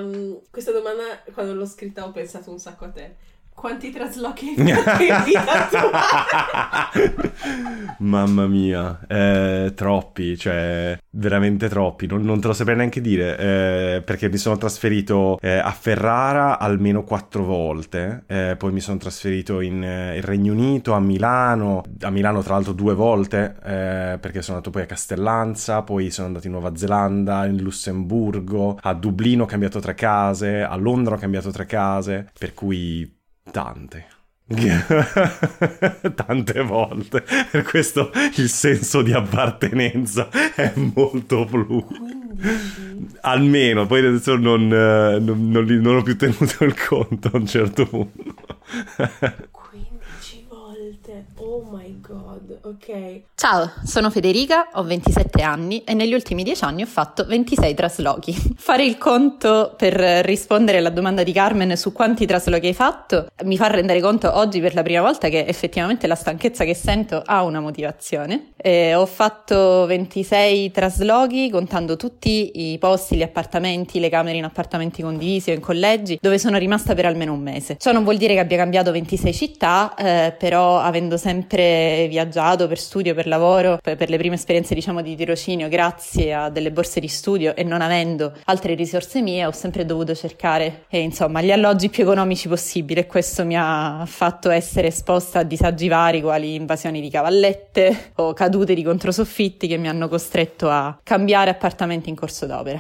questa domanda quando l'ho scritta ho pensato un sacco a te. Quanti traslochi hai fatto in vita tua? Mamma mia, troppi, cioè veramente troppi, non te lo saprei neanche dire, perché mi sono trasferito a Ferrara almeno 4 volte, poi mi sono trasferito in Regno Unito, a Milano tra l'altro 2 volte, perché sono andato poi a Castellanza, poi sono andato in Nuova Zelanda, in Lussemburgo, a Dublino ho cambiato 3 case, a Londra ho cambiato 3 case, per cui tante volte, per questo il senso di appartenenza è molto blu. 15. Almeno, poi adesso non ho più tenuto il conto a un certo punto. 15 volte, oh my god, ok. Ciao, sono Federica, ho 27 anni e negli ultimi 10 anni ho fatto 26 traslochi. Fare il conto per rispondere alla domanda di Carmen su quanti traslochi hai fatto mi fa rendere conto oggi per la prima volta che effettivamente la stanchezza che sento ha una motivazione. Ho fatto 26 traslochi contando tutti i posti, gli appartamenti, le camere in appartamenti condivisi o in collegi dove sono rimasta per almeno un mese. Ciò non vuol dire che abbia cambiato 26 città, però avendo sempre viaggiato per studio, per lavoro, per le prime esperienze diciamo di tirocinio grazie a delle borse di studio e non avendo altre risorse mie ho sempre dovuto cercare insomma gli alloggi più economici possibili, e questo mi ha fatto essere esposta a disagi vari quali invasioni di cavallette o cadute di controsoffitti che mi hanno costretto a cambiare appartamenti in corso d'opera.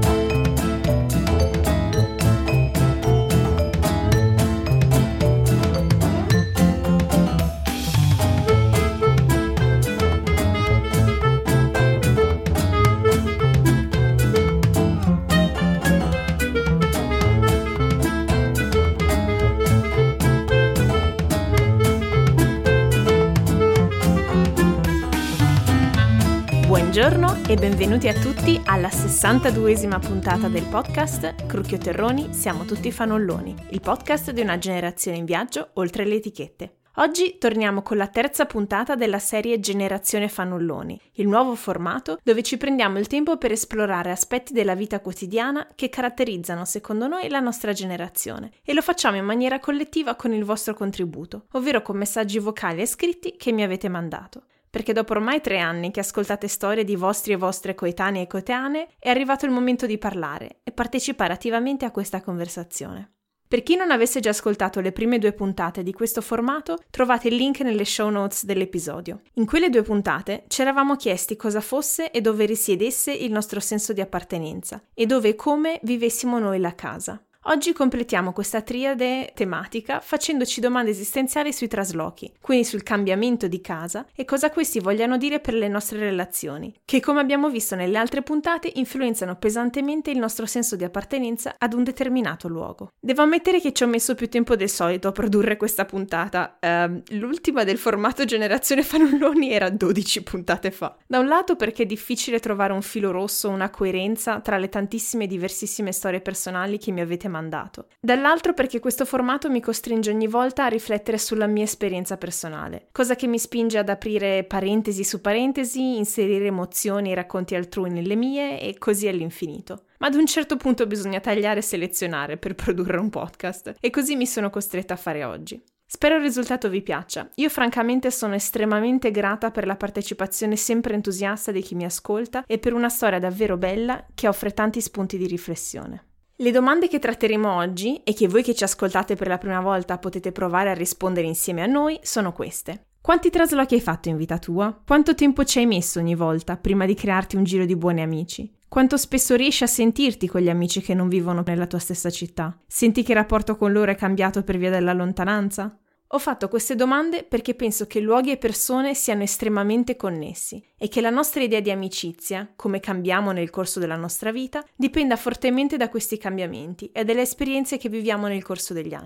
Buongiorno e benvenuti a tutti alla 62esima puntata del podcast Crucchio Terroni, siamo tutti fanolloni, il podcast di una generazione in viaggio oltre le etichette. Oggi torniamo con la terza puntata della serie Generazione Fannulloni, il nuovo formato dove ci prendiamo il tempo per esplorare aspetti della vita quotidiana che caratterizzano, secondo noi, la nostra generazione, e lo facciamo in maniera collettiva con il vostro contributo, ovvero con messaggi vocali e scritti che mi avete mandato. Perché dopo ormai 3 anni che ascoltate storie di vostri e vostre coetanei e coetanee, è arrivato il momento di parlare e partecipare attivamente a questa conversazione. Per chi non avesse già ascoltato le prime 2 puntate di questo formato, trovate il link nelle show notes dell'episodio. In quelle 2 puntate ci eravamo chiesti cosa fosse e dove risiedesse il nostro senso di appartenenza, e dove e come vivessimo noi la casa. Oggi completiamo questa triade tematica facendoci domande esistenziali sui traslochi, quindi sul cambiamento di casa e cosa questi vogliano dire per le nostre relazioni, che come abbiamo visto nelle altre puntate influenzano pesantemente il nostro senso di appartenenza ad un determinato luogo. Devo ammettere che ci ho messo più tempo del solito a produrre questa puntata, l'ultima del formato Generazione Fannulloni era 12 puntate fa. Da un lato perché è difficile trovare un filo rosso, una coerenza tra le tantissime diversissime storie personali che mi avete mandato. Dall'altro perché questo formato mi costringe ogni volta a riflettere sulla mia esperienza personale, cosa che mi spinge ad aprire parentesi su parentesi, inserire emozioni e racconti altrui nelle mie e così all'infinito. Ma ad un certo punto bisogna tagliare e selezionare per produrre un podcast, e così mi sono costretta a fare oggi. Spero il risultato vi piaccia. Io francamente sono estremamente grata per la partecipazione sempre entusiasta di chi mi ascolta e per una storia davvero bella che offre tanti spunti di riflessione. Le domande che tratteremo oggi, e che voi che ci ascoltate per la prima volta potete provare a rispondere insieme a noi, sono queste. Quanti traslochi hai fatto in vita tua? Quanto tempo ci hai messo ogni volta prima di crearti un giro di buoni amici? Quanto spesso riesci a sentirti con gli amici che non vivono nella tua stessa città? Senti che il rapporto con loro è cambiato per via della lontananza? Ho fatto queste domande perché penso che luoghi e persone siano estremamente connessi e che la nostra idea di amicizia, come cambiamo nel corso della nostra vita, dipenda fortemente da questi cambiamenti e dalle esperienze che viviamo nel corso degli anni.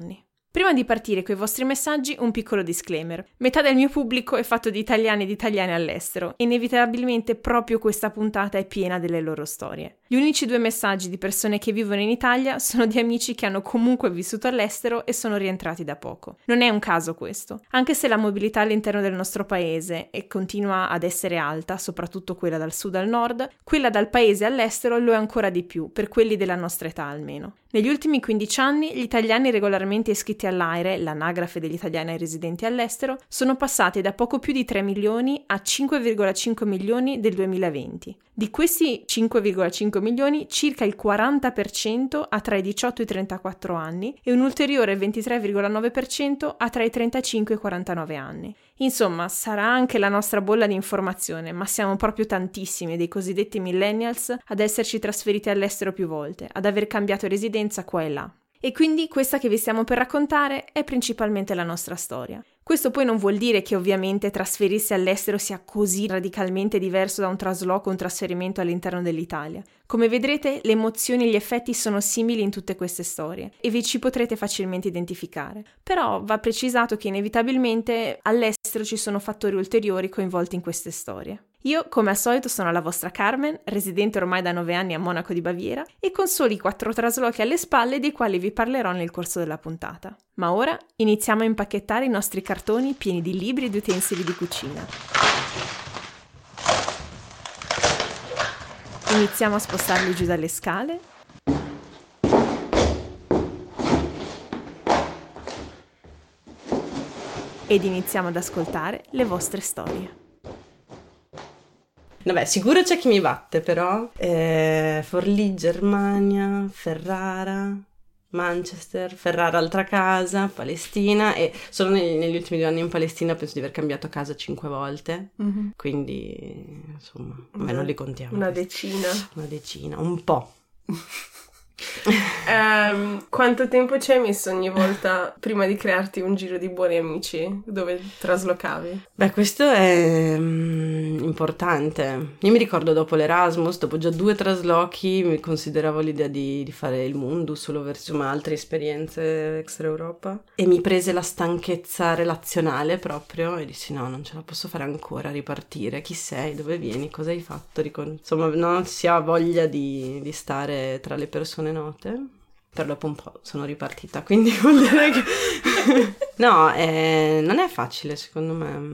Prima di partire coi vostri messaggi, un piccolo disclaimer. Metà del mio pubblico è fatto di italiani ed italiane all'estero e inevitabilmente proprio questa puntata è piena delle loro storie. Gli unici 2 messaggi di persone che vivono in Italia sono di amici che hanno comunque vissuto all'estero e sono rientrati da poco. Non è un caso questo. Anche se la mobilità all'interno del nostro paese continua ad essere alta, soprattutto quella dal sud al nord, quella dal paese all'estero lo è ancora di più, per quelli della nostra età almeno. Negli ultimi 15 anni gli italiani regolarmente iscritti all'AIRE, l'anagrafe degli italiani residenti all'estero, sono passati da poco più di 3 milioni a 5,5 milioni del 2020. Di questi 5,5 milioni, circa il 40% ha tra i 18 e i 34 anni e un ulteriore 23,9% ha tra i 35 e i 49 anni. Insomma, sarà anche la nostra bolla di informazione, ma siamo proprio tantissimi dei cosiddetti millennials ad esserci trasferiti all'estero più volte, ad aver cambiato residenza qua e là. E quindi questa che vi stiamo per raccontare è principalmente la nostra storia. Questo poi non vuol dire che ovviamente trasferirsi all'estero sia così radicalmente diverso da un trasloco o un trasferimento all'interno dell'Italia. Come vedrete, le emozioni e gli effetti sono simili in tutte queste storie e vi ci potrete facilmente identificare. Però va precisato che inevitabilmente all'estero ci sono fattori ulteriori coinvolti in queste storie. Io, come al solito, sono la vostra Carmen, residente ormai da 9 anni a Monaco di Baviera e con soli 4 traslochi alle spalle dei quali vi parlerò nel corso della puntata. Ma ora iniziamo a impacchettare i nostri cartoni pieni di libri ed utensili di cucina. Iniziamo a spostarli giù dalle scale. Ed iniziamo ad ascoltare le vostre storie. Vabbè, sicuro c'è chi mi batte, però. Forlì, Germania, Ferrara, Manchester, Ferrara altra casa, Palestina, e solo negli ultimi 2 anni in Palestina penso di aver cambiato casa 5 volte, quindi insomma, vabbè, non li contiamo. Una questi. decina, un po'. Quanto tempo ci hai messo ogni volta prima di crearti un giro di buoni amici dove traslocavi? Beh, questo è importante. Io mi ricordo dopo l'Erasmus, dopo già 2 traslochi, mi consideravo l'idea di fare il Mundus solo verso altre esperienze extra Europa e mi prese la stanchezza relazionale proprio e dissi no, non ce la posso fare ancora, ripartire. Chi sei? Dove vieni? Cosa hai fatto? Insomma, non si ha voglia di stare tra le persone note. Per dopo un po' sono ripartita, quindi vuol dire che no, non è facile secondo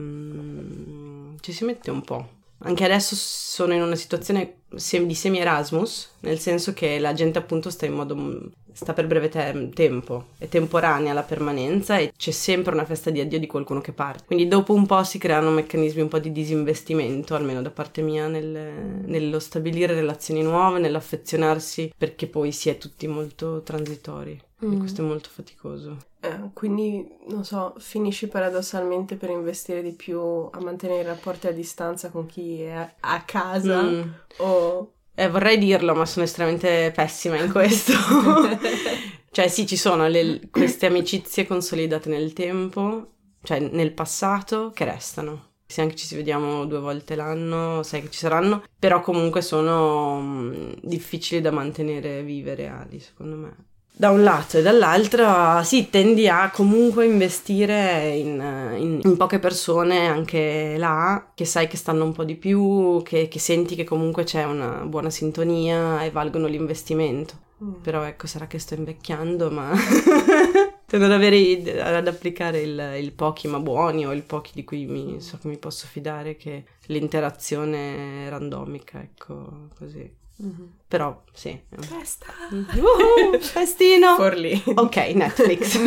me, ci si mette un po'. Anche adesso sono in una situazione di semi-Erasmus, nel senso che la gente appunto sta per breve tempo, è temporanea la permanenza e c'è sempre una festa di addio di qualcuno che parte. Quindi dopo un po' si creano meccanismi un po' di disinvestimento, almeno da parte mia, nello stabilire relazioni nuove, nell'affezionarsi, perché poi si è tutti molto transitori. E questo è molto faticoso. Quindi, non so, finisci paradossalmente per investire di più a mantenere i rapporti a distanza con chi è a casa o... Vorrei dirlo, ma sono estremamente pessima in questo. Cioè sì, ci sono queste amicizie consolidate nel tempo, cioè nel passato, che restano. Se anche ci si vediamo 2 volte l'anno, sai che ci saranno, però comunque sono difficili da mantenere vive reali, secondo me. Da un lato e dall'altro sì, tendi a comunque investire in poche persone anche là, che sai che stanno un po' di più, che senti che comunque c'è una buona sintonia e valgono l'investimento. Però ecco, sarà che sto invecchiando, ma tendo ad applicare il pochi ma buoni o il pochi di cui so che mi posso fidare, che l'interazione randomica, ecco, così. Però sì, Festa! Festino! Forlì. Ok, Netflix.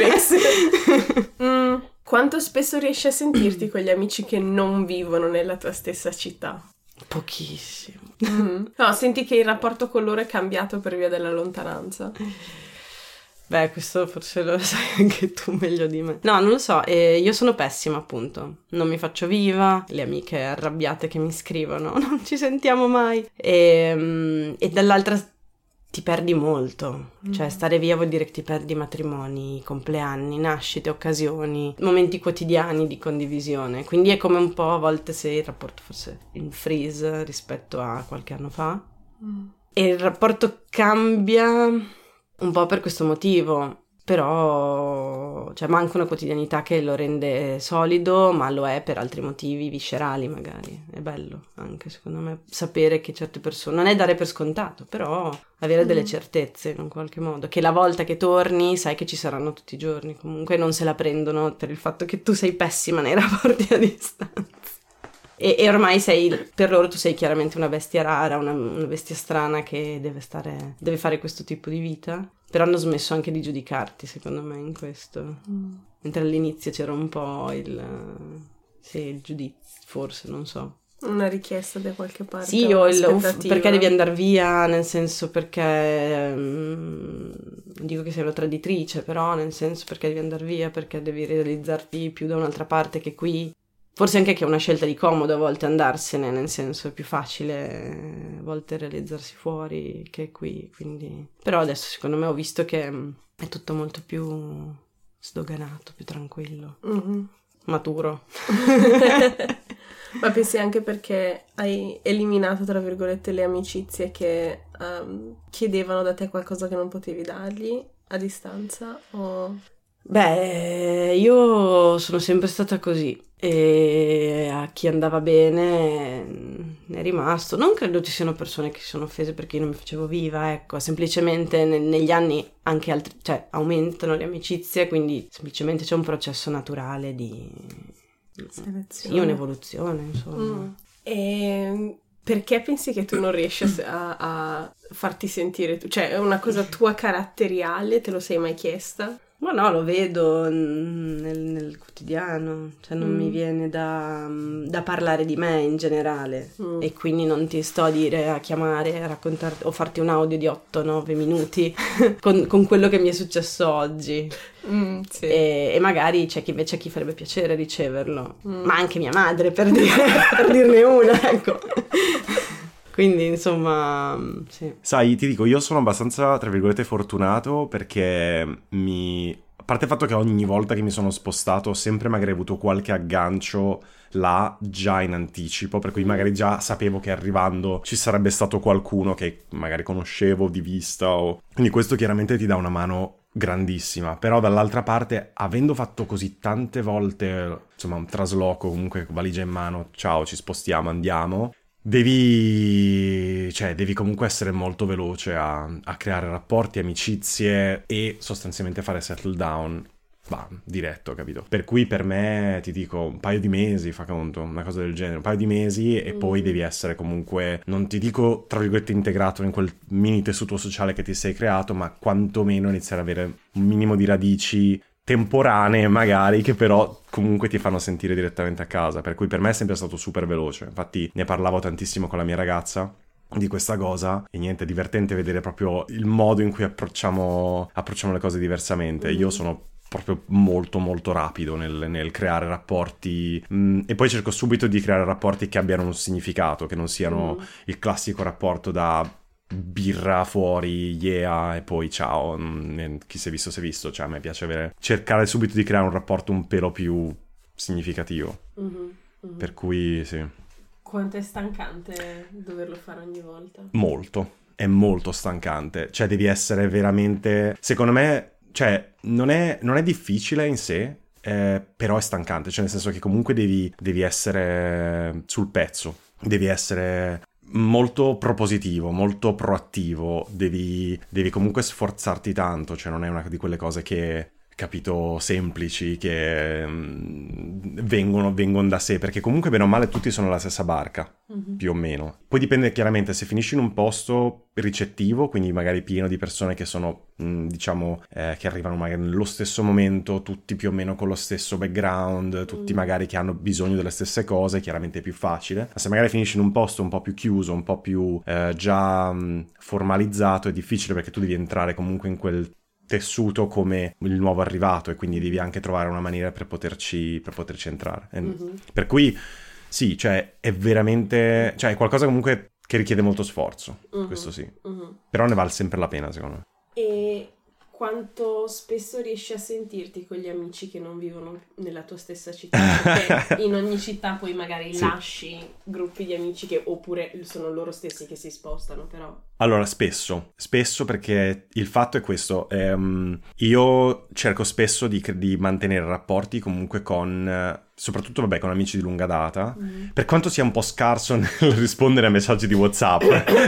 Quanto spesso riesci a sentirti con gli amici che non vivono nella tua stessa città? Pochissimo. No, senti che il rapporto con loro è cambiato per via della lontananza? Beh, questo forse lo sai anche tu meglio di me. No, non lo so, io sono pessima appunto, non mi faccio viva, le amiche arrabbiate che mi scrivono, non ci sentiamo mai, e dall'altra ti perdi molto, cioè stare via vuol dire che ti perdi matrimoni, compleanni, nascite, occasioni, momenti quotidiani di condivisione, quindi è come un po' a volte se il rapporto fosse in freeze rispetto a qualche anno fa, e il rapporto cambia un po' per questo motivo. però cioè manca una quotidianità che lo rende solido, ma lo è per altri motivi viscerali magari. È bello anche secondo me sapere che certe persone, non è dare per scontato, però avere delle certezze in un qualche modo, che la volta che torni sai che ci saranno tutti i giorni, comunque non se la prendono per il fatto che tu sei pessima nei rapporti a distanza. E ormai per loro tu sei chiaramente una bestia rara, una bestia strana che deve fare questo tipo di vita, però hanno smesso anche di giudicarti secondo me in questo, mentre all'inizio c'era un po' il giudizio, forse, non so. Una richiesta da qualche parte. Sì, o perché devi andare via, nel senso perché, non dico che sei una traditrice, però nel senso perché devi andare via, perché devi realizzarti più da un'altra parte che qui. Forse anche che è una scelta di comodo a volte andarsene, nel senso è più facile a volte realizzarsi fuori che qui, quindi... Però adesso secondo me ho visto che è tutto molto più sdoganato, più tranquillo, maturo. Ma pensi anche perché hai eliminato, tra virgolette, le amicizie che chiedevano da te qualcosa che non potevi dargli a distanza? O... Beh, io sono sempre stata così e a chi andava bene è rimasto. Non credo ci siano persone che si sono offese perché io non mi facevo viva, ecco, semplicemente negli anni anche altri, cioè aumentano le amicizie, quindi semplicemente c'è un processo naturale di selezione. Sì, un'evoluzione, insomma. E perché pensi che tu non riesci a farti sentire tu? Cioè, è una cosa tua caratteriale, te lo sei mai chiesta? Ma no, lo vedo nel quotidiano, cioè non mi viene da parlare di me in generale e quindi non ti sto a chiamare, a raccontarti o farti un audio di 8-9 minuti con quello che mi è successo oggi. Sì. E magari c'è chi invece a chi farebbe piacere riceverlo, ma anche mia madre per dirne una, ecco. Quindi insomma sì. Sai, ti dico, io sono abbastanza tra virgolette fortunato perché a parte il fatto che ogni volta che mi sono spostato ho sempre magari avuto qualche aggancio là già in anticipo, per cui magari già sapevo che arrivando ci sarebbe stato qualcuno che magari conoscevo di vista quindi questo chiaramente ti dà una mano grandissima. Però dall'altra parte, avendo fatto così tante volte insomma un trasloco, comunque valigia in mano, ciao, ci spostiamo, andiamo, devi comunque essere molto veloce a creare rapporti, amicizie e sostanzialmente fare settle down diretto, capito? Per cui per me, ti dico, un paio di mesi, fa conto, una cosa del genere, un paio di mesi e poi devi essere comunque, non ti dico tra virgolette integrato in quel mini tessuto sociale che ti sei creato, ma quantomeno iniziare ad avere un minimo di radici temporanee magari, che però comunque ti fanno sentire direttamente a casa, per cui per me è sempre stato super veloce. Infatti ne parlavo tantissimo con la mia ragazza di questa cosa e niente, è divertente vedere proprio il modo in cui approcciamo le cose diversamente. Io sono proprio molto molto rapido nel creare rapporti e poi cerco subito di creare rapporti che abbiano un significato, che non siano il classico rapporto da birra fuori, yeah, e poi ciao, chi si è visto, cioè a me piace cercare subito di creare un rapporto un pelo più significativo. Per cui sì. Quanto è stancante doverlo fare ogni volta? Molto, è molto stancante, cioè devi essere veramente, secondo me, cioè non è difficile in sé, però è stancante, cioè nel senso che comunque devi essere sul pezzo, devi essere molto propositivo, molto proattivo, devi comunque sforzarti tanto, cioè non è una di quelle cose che, capito, semplici, che vengono da sé, perché comunque bene o male tutti sono la stessa barca, più o meno. Poi dipende chiaramente se finisci in un posto ricettivo, quindi magari pieno di persone che sono, diciamo, che arrivano magari nello stesso momento, tutti più o meno con lo stesso background, tutti magari che hanno bisogno delle stesse cose, chiaramente è più facile. Ma se magari finisci in un posto un po' più chiuso, un po' più già formalizzato, è difficile perché tu devi entrare comunque in quel tessuto come il nuovo arrivato e quindi devi anche trovare una maniera per poterci entrare. Per cui sì, cioè è veramente, cioè è qualcosa comunque che richiede molto sforzo, questo sì. Però ne vale sempre la pena, secondo me. E quanto spesso riesci a sentirti con gli amici che non vivono nella tua stessa città? Perché in ogni città poi magari lasci gruppi di amici che oppure sono loro stessi che si spostano, però... Allora, spesso perché il fatto è questo, io cerco spesso di mantenere rapporti comunque con, soprattutto vabbè, con amici di lunga data, per quanto sia un po' scarso nel rispondere a messaggi di WhatsApp,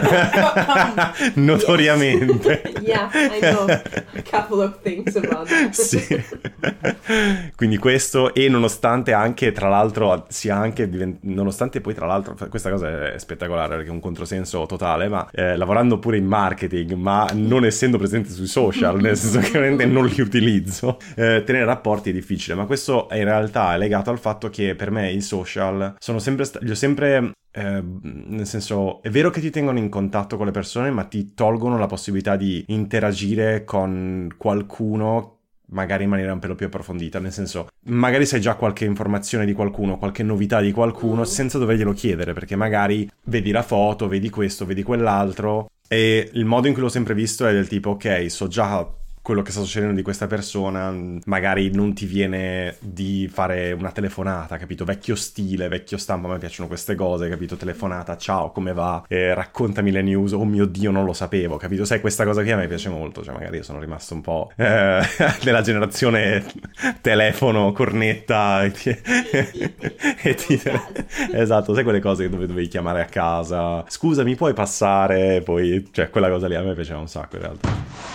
notoriamente. Yeah, I know a couple of things about that. Sì. Quindi questo, e nonostante anche, tra l'altro, sia anche nonostante poi, tra l'altro, questa cosa è spettacolare perché è un controsenso totale, ma lavorando pure in marketing, ma non essendo presente sui social, nel senso che veramente non li utilizzo, tenere rapporti è difficile, ma questo in realtà è legato al fatto che per me i social sono sempre li ho sempre nel senso, è vero che ti tengono in contatto con le persone, ma ti tolgono la possibilità di interagire con qualcuno magari in maniera un pelo più approfondita, nel senso, magari sai già qualche informazione di qualcuno, qualche novità di qualcuno senza doverglielo chiedere, perché magari vedi la foto, vedi questo, vedi quell'altro, e il modo in cui l'ho sempre visto è del tipo, ok, so già quello che sta succedendo di questa persona, magari non ti viene di fare una telefonata, capito? Vecchio stile, vecchio stampo, a me piacciono queste cose, capito? Telefonata, ciao, come va? Raccontami le news, oh mio Dio, non lo sapevo, capito? Sai, questa cosa qui a me piace molto, cioè magari io sono rimasto un po' della generazione telefono, cornetta, esatto, sai quelle cose dove dovevi chiamare a casa, scusa, mi puoi passare? Poi, cioè, quella cosa lì a me piaceva un sacco in realtà.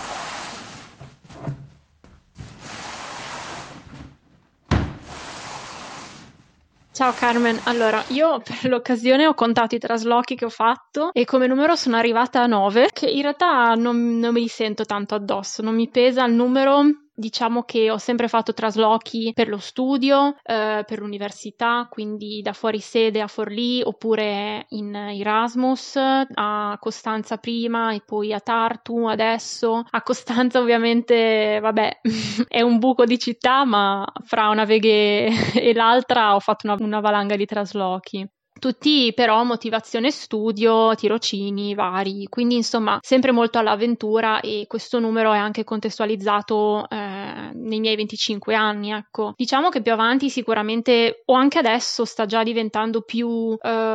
Ciao Carmen, allora io per l'occasione ho contato i traslochi che ho fatto e come numero sono arrivata a 9, che in realtà non me li sento tanto addosso, non mi pesa il numero. Diciamo che ho sempre fatto traslochi per lo studio, per l'università, quindi da fuori sede a Forlì oppure in Erasmus, a Costanza prima e poi a Tartu adesso. A Costanza ovviamente, vabbè, è un buco di città, ma fra una veghe e l'altra ho fatto una valanga di traslochi. Tutti però motivazione studio, tirocini vari, quindi insomma sempre molto all'avventura, e questo numero è anche contestualizzato nei miei 25 anni, ecco. Diciamo che più avanti sicuramente, o anche adesso, sta già diventando più,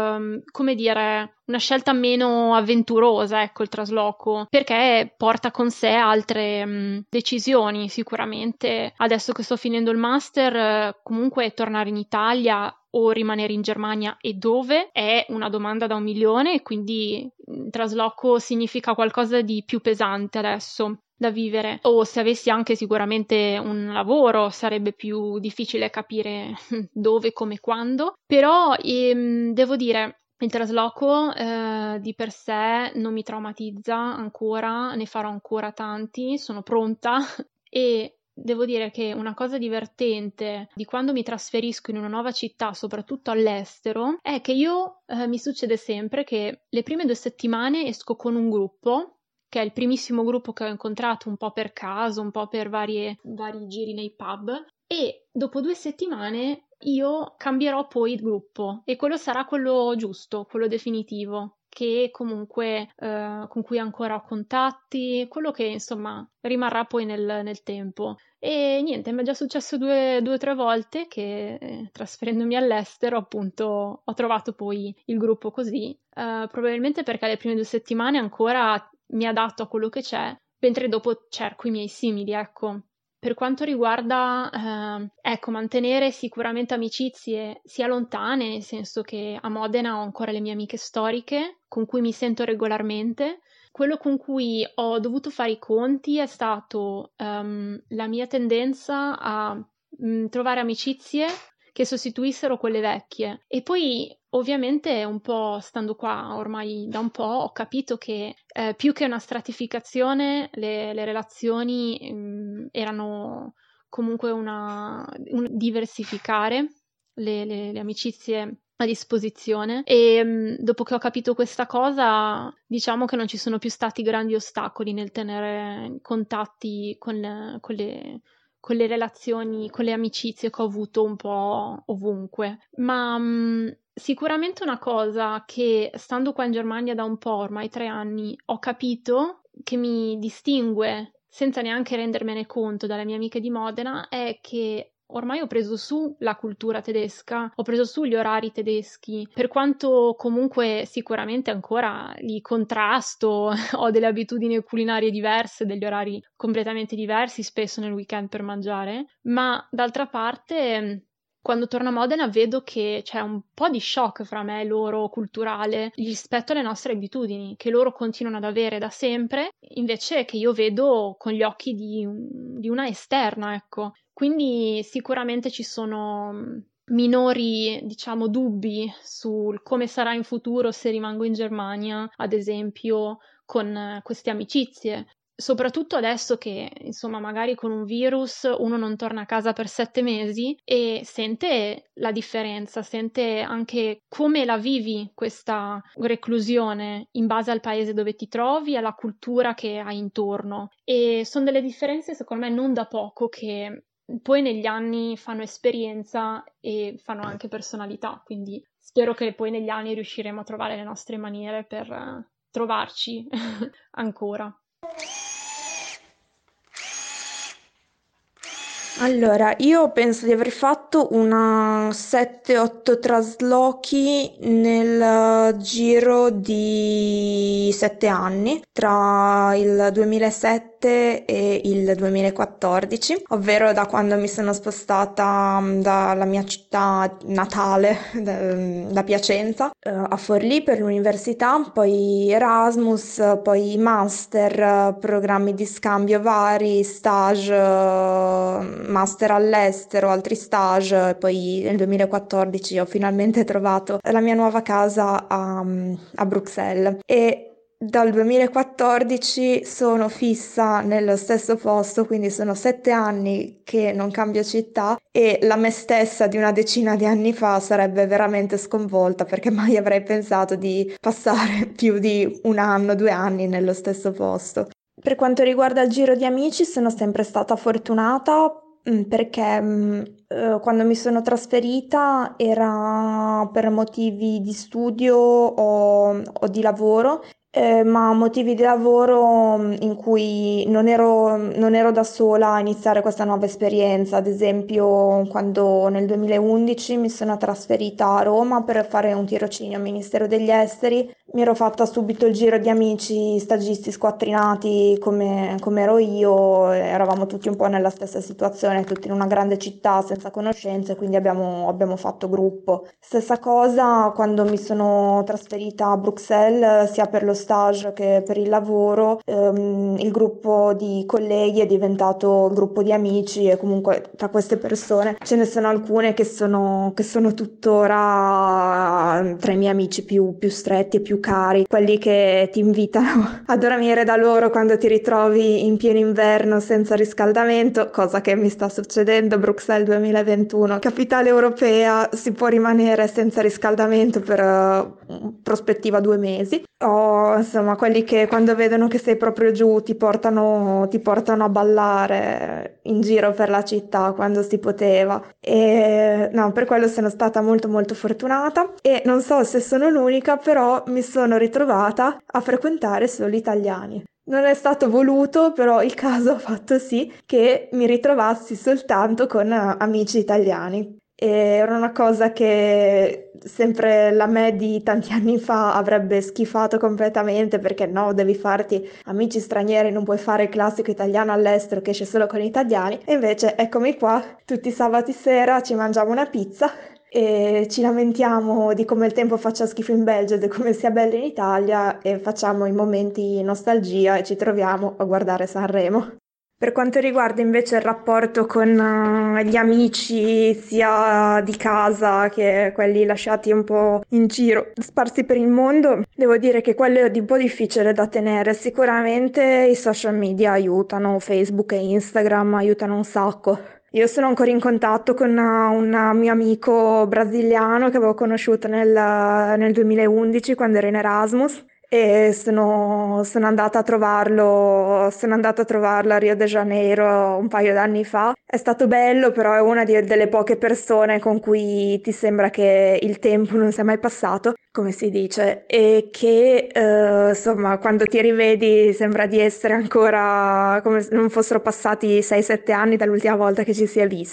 come dire, una scelta meno avventurosa, ecco, il trasloco, perché porta con sé altre decisioni. Sicuramente adesso che sto finendo il master, comunque tornare in Italia o rimanere in Germania, e dove, è una domanda da 1 milione, e quindi il trasloco significa qualcosa di più pesante adesso da vivere. O se avessi anche sicuramente un lavoro sarebbe più difficile capire dove, come, quando, però devo dire, il trasloco di per sé non mi traumatizza ancora, ne farò ancora tanti, sono pronta. E devo dire che una cosa divertente di quando mi trasferisco in una nuova città, soprattutto all'estero, è che mi succede sempre che le prime 2 settimane esco con un gruppo, che è il primissimo gruppo che ho incontrato un po' per caso, un po' per vari giri nei pub, e dopo 2 settimane io cambierò poi il gruppo, e quello sarà quello giusto, quello definitivo, che comunque con cui ancora ho contatti, quello che insomma rimarrà poi nel tempo. E niente, mi è già successo 2 o 3 volte che trasferendomi all'estero appunto ho trovato poi il gruppo così, probabilmente perché le prime 2 settimane ancora mi adatto a quello che c'è, mentre dopo cerco i miei simili, ecco. Per quanto riguarda, mantenere sicuramente amicizie sia lontane, nel senso che a Modena ho ancora le mie amiche storiche con cui mi sento regolarmente. Quello con cui ho dovuto fare i conti è stato la mia tendenza a trovare amicizie che sostituissero quelle vecchie. E poi ovviamente un po' stando qua ormai da un po' ho capito che più che una stratificazione le relazioni erano comunque un diversificare le amicizie a disposizione, e dopo che ho capito questa cosa diciamo che non ci sono più stati grandi ostacoli nel tenere contatti con le relazioni, con le amicizie che ho avuto un po' ovunque. Ma sicuramente una cosa che, stando qua in Germania da un po', ormai 3 anni, ho capito che mi distingue senza neanche rendermene conto dalle mie amiche di Modena, è che ormai ho preso su la cultura tedesca, ho preso su gli orari tedeschi, per quanto comunque sicuramente ancora li contrasto, ho delle abitudini culinarie diverse, degli orari completamente diversi spesso nel weekend per mangiare, ma d'altra parte quando torno a Modena vedo che c'è un po' di shock fra me e loro culturale rispetto alle nostre abitudini, che loro continuano ad avere da sempre, invece che io vedo con gli occhi di una esterna, ecco. Quindi sicuramente ci sono minori, diciamo, dubbi sul come sarà in futuro se rimango in Germania, ad esempio, con queste amicizie. Soprattutto adesso che, insomma, magari con un virus uno non torna a casa per 7 mesi e sente la differenza, sente anche come la vivi questa reclusione in base al paese dove ti trovi, alla cultura che hai intorno. E sono delle differenze, secondo me, non da poco, che poi negli anni fanno esperienza e fanno anche personalità, quindi spero che poi negli anni riusciremo a trovare le nostre maniere per trovarci ancora. Allora, io penso di aver fatto una 7-8 traslochi nel giro di 7 anni, tra il 2007 e il 2014, ovvero da quando mi sono spostata dalla mia città natale, da Piacenza, a Forlì per l'università, poi Erasmus, poi master, programmi di scambio vari, stage, master all'estero, altri stage, e poi nel 2014 ho finalmente trovato la mia nuova casa a Bruxelles e dal 2014 sono fissa nello stesso posto, quindi sono 7 anni che non cambio città e la me stessa di una decina di anni fa sarebbe veramente sconvolta perché mai avrei pensato di passare più di 1 anno, 2 anni nello stesso posto. Per quanto riguarda il giro di amici sono sempre stata fortunata perché quando mi sono trasferita era per motivi di studio o di lavoro, ma motivi di lavoro in cui non ero da sola a iniziare questa nuova esperienza. Ad esempio, quando nel 2011 mi sono trasferita a Roma per fare un tirocinio al Ministero degli Esteri, mi ero fatta subito il giro di amici stagisti squattrinati come ero io, eravamo tutti un po' nella stessa situazione, tutti in una grande città senza conoscenze, quindi abbiamo fatto gruppo. Stessa cosa quando mi sono trasferita a Bruxelles, sia per lo stage che per il lavoro, il gruppo di colleghi è diventato il gruppo di amici e comunque tra queste persone ce ne sono alcune che sono tuttora tra i miei amici più stretti e più cari, quelli che ti invitano a dormire da loro quando ti ritrovi in pieno inverno senza riscaldamento, cosa che mi sta succedendo. Bruxelles 2021, capitale europea, si può rimanere senza riscaldamento per prospettiva 2 mesi. O insomma quelli che quando vedono che sei proprio giù ti portano a ballare in giro per la città quando si poteva. E no, per quello sono stata molto molto fortunata e non so se sono l'unica, però mi sono ritrovata a frequentare solo italiani. Non è stato voluto, però il caso ha fatto sì che mi ritrovassi soltanto con amici italiani. E era una cosa che sempre la me di tanti anni fa avrebbe schifato completamente, perché no, devi farti amici stranieri, non puoi fare il classico italiano all'estero che esce solo con gli italiani. E invece eccomi qua, tutti i sabati sera ci mangiamo una pizza e ci lamentiamo di come il tempo faccia schifo in Belgio e di come sia bello in Italia e facciamo i momenti nostalgia e ci troviamo a guardare Sanremo. Per quanto riguarda invece il rapporto con gli amici sia di casa che quelli lasciati un po' in giro, sparsi per il mondo, devo dire che quello è un po' difficile da tenere. Sicuramente i social media aiutano, Facebook e Instagram aiutano un sacco. Io sono ancora in contatto con un mio amico brasiliano che avevo conosciuto nel 2011 quando ero in Erasmus. E sono andata a trovarlo a Rio de Janeiro un paio d'anni fa. È stato bello, però è una delle poche persone con cui ti sembra che il tempo non sia mai passato, come si dice, e che insomma quando ti rivedi sembra di essere ancora come se non fossero passati 6-7 anni dall'ultima volta che ci si è visti.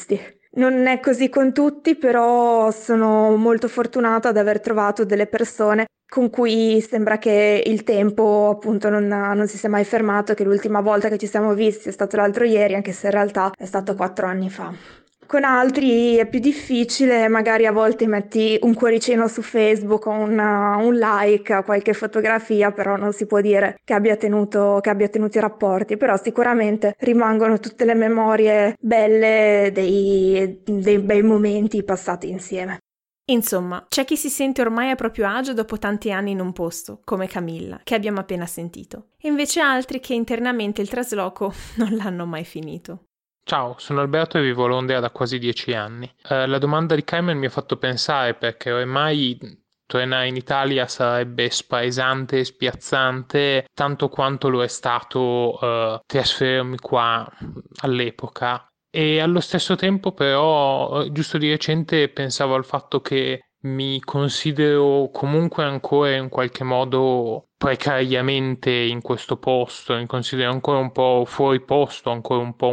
Non è così con tutti, però sono molto fortunata ad aver trovato delle persone con cui sembra che il tempo appunto non si sia mai fermato, che l'ultima volta che ci siamo visti è stato l'altro ieri, anche se in realtà è stato 4 anni fa. Con altri è più difficile, magari a volte metti un cuoricino su Facebook o un like a qualche fotografia, però non si può dire che abbia tenuto i rapporti, però sicuramente rimangono tutte le memorie belle dei bei momenti passati insieme. Insomma, c'è chi si sente ormai a proprio agio dopo tanti anni in un posto, come Camilla, che abbiamo appena sentito, e invece altri che internamente il trasloco non l'hanno mai finito. Ciao, sono Alberto e vivo a Londra da quasi 10 anni. La domanda di Carmen mi ha fatto pensare perché ormai tornare in Italia sarebbe spaesante e spiazzante tanto quanto lo è stato trasferirmi qua all'epoca. E allo stesso tempo però, giusto di recente, pensavo al fatto che mi considero comunque ancora in qualche modo precariamente in questo posto, mi considero ancora un po' fuori posto, ancora un po'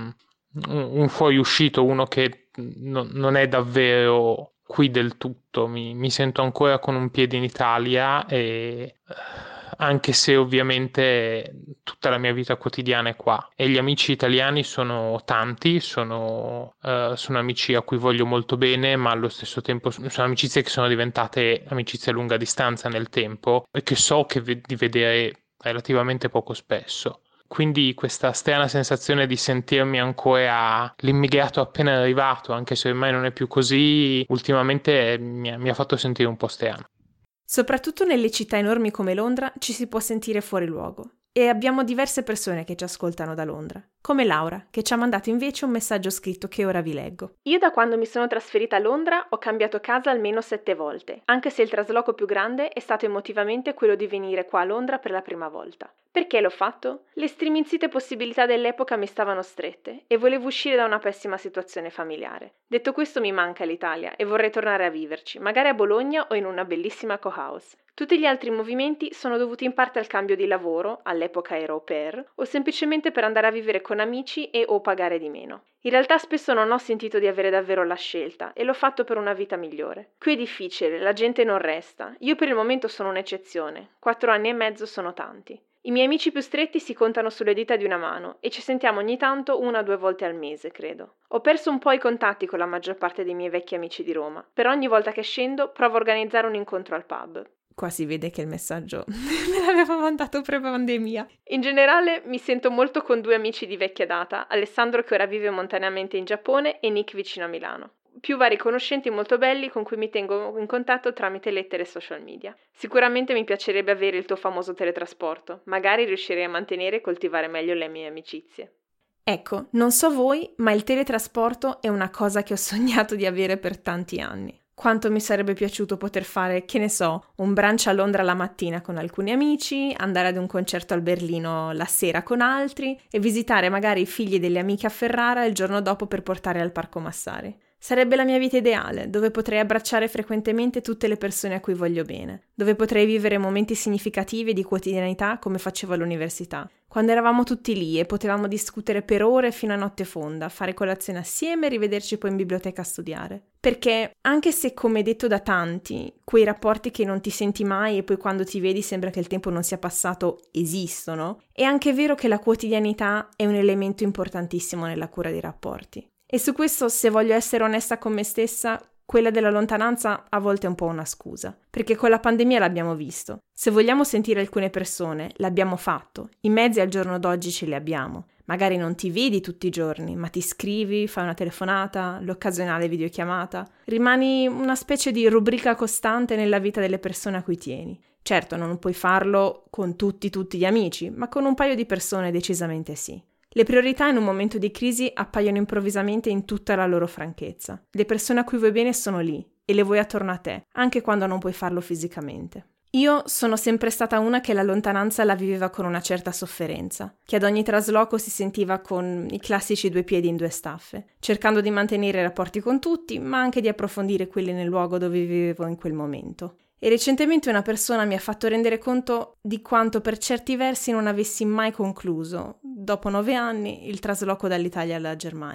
un fuoriuscito, uno che non è davvero qui del tutto. Mi sento ancora con un piede in Italia, e anche se ovviamente tutta la mia vita quotidiana è qua, e gli amici italiani sono tanti, sono amici a cui voglio molto bene, ma allo stesso tempo sono amicizie che sono diventate amicizie a lunga distanza nel tempo e che so di vedere relativamente poco spesso. Quindi questa strana sensazione di sentirmi ancora l'immigrato appena arrivato, anche se ormai non è più così, ultimamente mi ha fatto sentire un po' strano. Soprattutto nelle città enormi come Londra ci si può sentire fuori luogo. E abbiamo diverse persone che ci ascoltano da Londra, come Laura, che ci ha mandato invece un messaggio scritto che ora vi leggo. Io da quando mi sono trasferita a Londra ho cambiato casa almeno 7 volte, anche se il trasloco più grande è stato emotivamente quello di venire qua a Londra per la prima volta. Perché l'ho fatto? Le striminzite possibilità dell'epoca mi stavano strette e volevo uscire da una pessima situazione familiare. Detto questo, mi manca l'Italia e vorrei tornare a viverci, magari a Bologna o in una bellissima cohouse. Tutti gli altri movimenti sono dovuti in parte al cambio di lavoro, all'epoca ero au pair, o semplicemente per andare a vivere con amici e o pagare di meno. In realtà spesso non ho sentito di avere davvero la scelta e l'ho fatto per una vita migliore. Qui è difficile, la gente non resta. Io per il momento sono un'eccezione. 4 anni e mezzo sono tanti. I miei amici più stretti si contano sulle dita di una mano e ci sentiamo ogni tanto 1 o 2 volte al mese, credo. Ho perso un po' i contatti con la maggior parte dei miei vecchi amici di Roma, però ogni volta che scendo provo a organizzare un incontro al pub. Qua si vede che il messaggio me l'aveva mandato pre-pandemia. In generale mi sento molto con 2 amici di vecchia data, Alessandro che ora vive momentaneamente in Giappone e Nick vicino a Milano. Più vari conoscenti molto belli con cui mi tengo in contatto tramite lettere e social media. Sicuramente mi piacerebbe avere il tuo famoso teletrasporto, magari riuscirei a mantenere e coltivare meglio le mie amicizie. Ecco, non so voi, ma il teletrasporto è una cosa che ho sognato di avere per tanti anni. Quanto mi sarebbe piaciuto poter fare, che ne so, un brunch a Londra la mattina con alcuni amici, andare ad un concerto al Berlino la sera con altri e visitare magari i figli delle amiche a Ferrara il giorno dopo per portare al Parco Massari. Sarebbe la mia vita ideale, dove potrei abbracciare frequentemente tutte le persone a cui voglio bene, dove potrei vivere momenti significativi di quotidianità come facevo all'università, quando eravamo tutti lì e potevamo discutere per ore fino a notte fonda, fare colazione assieme e rivederci poi in biblioteca a studiare. Perché, anche se come detto da tanti, quei rapporti che non ti senti mai e poi quando ti vedi sembra che il tempo non sia passato esistono, è anche vero che la quotidianità è un elemento importantissimo nella cura dei rapporti. E su questo, se voglio essere onesta con me stessa, quella della lontananza a volte è un po' una scusa, perché con la pandemia l'abbiamo visto. Se vogliamo sentire alcune persone, l'abbiamo fatto, i mezzi al giorno d'oggi ce li abbiamo. Magari non ti vedi tutti i giorni, ma ti scrivi, fai una telefonata, l'occasionale videochiamata. Rimani una specie di rubrica costante nella vita delle persone a cui tieni. Certo, non puoi farlo con tutti gli amici, ma con un paio di persone decisamente sì. Le priorità in un momento di crisi appaiono improvvisamente in tutta la loro franchezza. Le persone a cui vuoi bene sono lì e le vuoi attorno a te, anche quando non puoi farlo fisicamente. Io sono sempre stata una che la lontananza la viveva con una certa sofferenza, che ad ogni trasloco si sentiva con i classici 2 piedi in 2 staffe, cercando di mantenere i rapporti con tutti, ma anche di approfondire quelli nel luogo dove vivevo in quel momento. E recentemente una persona mi ha fatto rendere conto di quanto per certi versi non avessi mai concluso, dopo 9 anni, il trasloco dall'Italia alla Germania.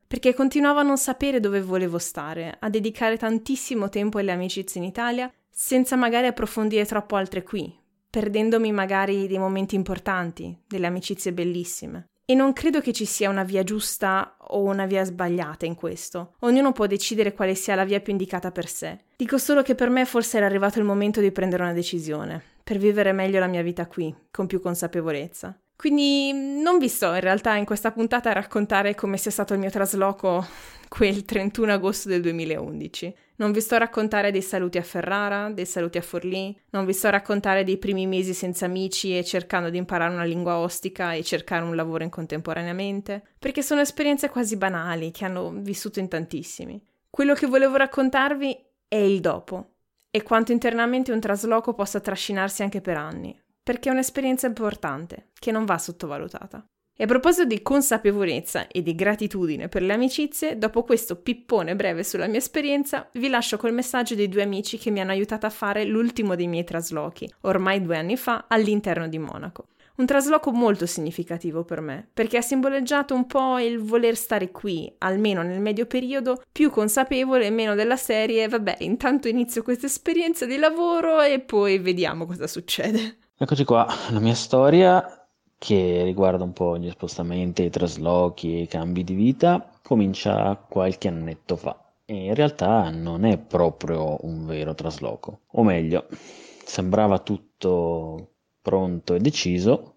perché continuavo a non sapere dove volevo stare, a dedicare tantissimo tempo alle amicizie in Italia, senza magari approfondire troppo altre qui, perdendomi magari dei momenti importanti, delle amicizie bellissime. E non credo che ci sia una via giusta o una via sbagliata in questo. Ognuno può decidere quale sia la via più indicata per sé. Dico solo che per me forse era arrivato il momento di prendere una decisione, per vivere meglio la mia vita qui, con più consapevolezza. Quindi non vi sto in realtà in questa puntata a raccontare come sia stato il mio trasloco quel 31 agosto del 2011. Non vi sto a raccontare dei saluti a Ferrara, dei saluti a Forlì, non vi sto a raccontare dei primi mesi senza amici e cercando di imparare una lingua ostica e cercare un lavoro in contemporaneamente, perché sono esperienze quasi banali che hanno vissuto in tantissimi. Quello che volevo raccontarvi è il dopo e quanto internamente un trasloco possa trascinarsi anche per anni, perché è un'esperienza importante che non va sottovalutata. E a proposito di consapevolezza e di gratitudine per le amicizie, dopo questo pippone breve sulla mia esperienza, vi lascio col messaggio dei 2 amici che mi hanno aiutata a fare l'ultimo dei miei traslochi, ormai 2 anni fa, all'interno di Monaco. Un trasloco molto significativo per me, perché ha simboleggiato un po' il voler stare qui, almeno nel medio periodo, più consapevole e meno della serie, vabbè, intanto inizio questa esperienza di lavoro e poi vediamo cosa succede. Eccoci qua, la mia storia che riguarda un po' gli spostamenti, i traslochi e i cambi di vita, comincia qualche annetto fa. E in realtà non è proprio un vero trasloco. O meglio, sembrava tutto pronto e deciso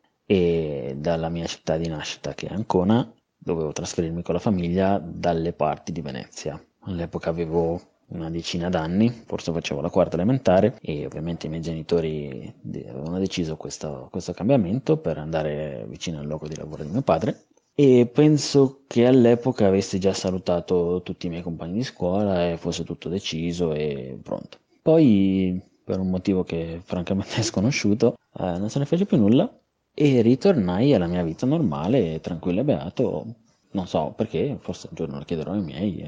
e dalla mia città di nascita, che è Ancona, dovevo trasferirmi con la famiglia dalle parti di Venezia. All'epoca avevo una decina d'anni, forse facevo la 4ª elementare e ovviamente i miei genitori avevano deciso questo cambiamento per andare vicino al luogo di lavoro di mio padre e penso che all'epoca avessi già salutato tutti i miei compagni di scuola e fosse tutto deciso e pronto. Poi, per un motivo che francamente è sconosciuto, non se ne fece più nulla e ritornai alla mia vita normale, tranquillo e beato, non so perché, forse un giorno lo chiederò ai miei.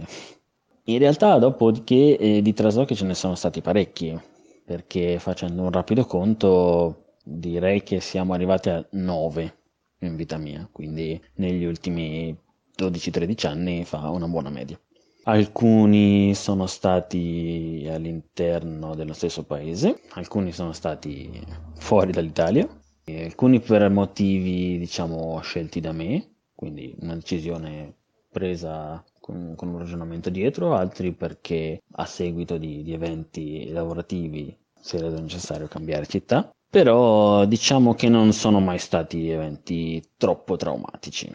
In realtà dopodiché di traslochi ce ne sono stati parecchi, perché facendo un rapido conto direi che siamo arrivati a 9 in vita mia, quindi negli ultimi 12-13 anni fa una buona media. Alcuni sono stati all'interno dello stesso paese, alcuni sono stati fuori dall'Italia, e alcuni per motivi diciamo scelti da me, quindi una decisione presa con un ragionamento dietro, altri perché a seguito di eventi lavorativi si è reso necessario cambiare città, però diciamo che non sono mai stati eventi troppo traumatici.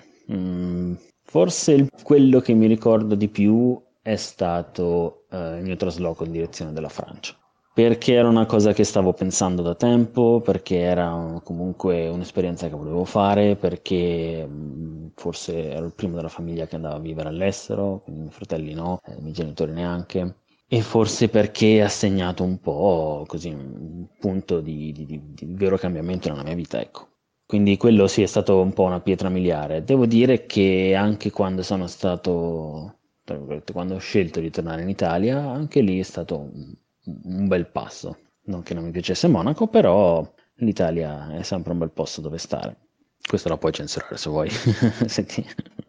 Forse quello che mi ricordo di più è stato il mio trasloco in direzione della Francia, perché era una cosa che stavo pensando da tempo, perché era comunque un'esperienza che volevo fare, perché forse ero il primo della famiglia che andava a vivere all'estero, quindi i miei fratelli no, i miei genitori neanche, e forse perché ha segnato un po' così un punto di vero cambiamento nella mia vita, ecco. Quindi quello sì è stato un po' una pietra miliare. Devo dire che anche quando sono stato, quando ho scelto di tornare in Italia, anche lì è stato un bel passo. Non che non mi piacesse Monaco, però l'Italia è sempre un bel posto dove stare. Questo lo puoi censurare se vuoi. Senti.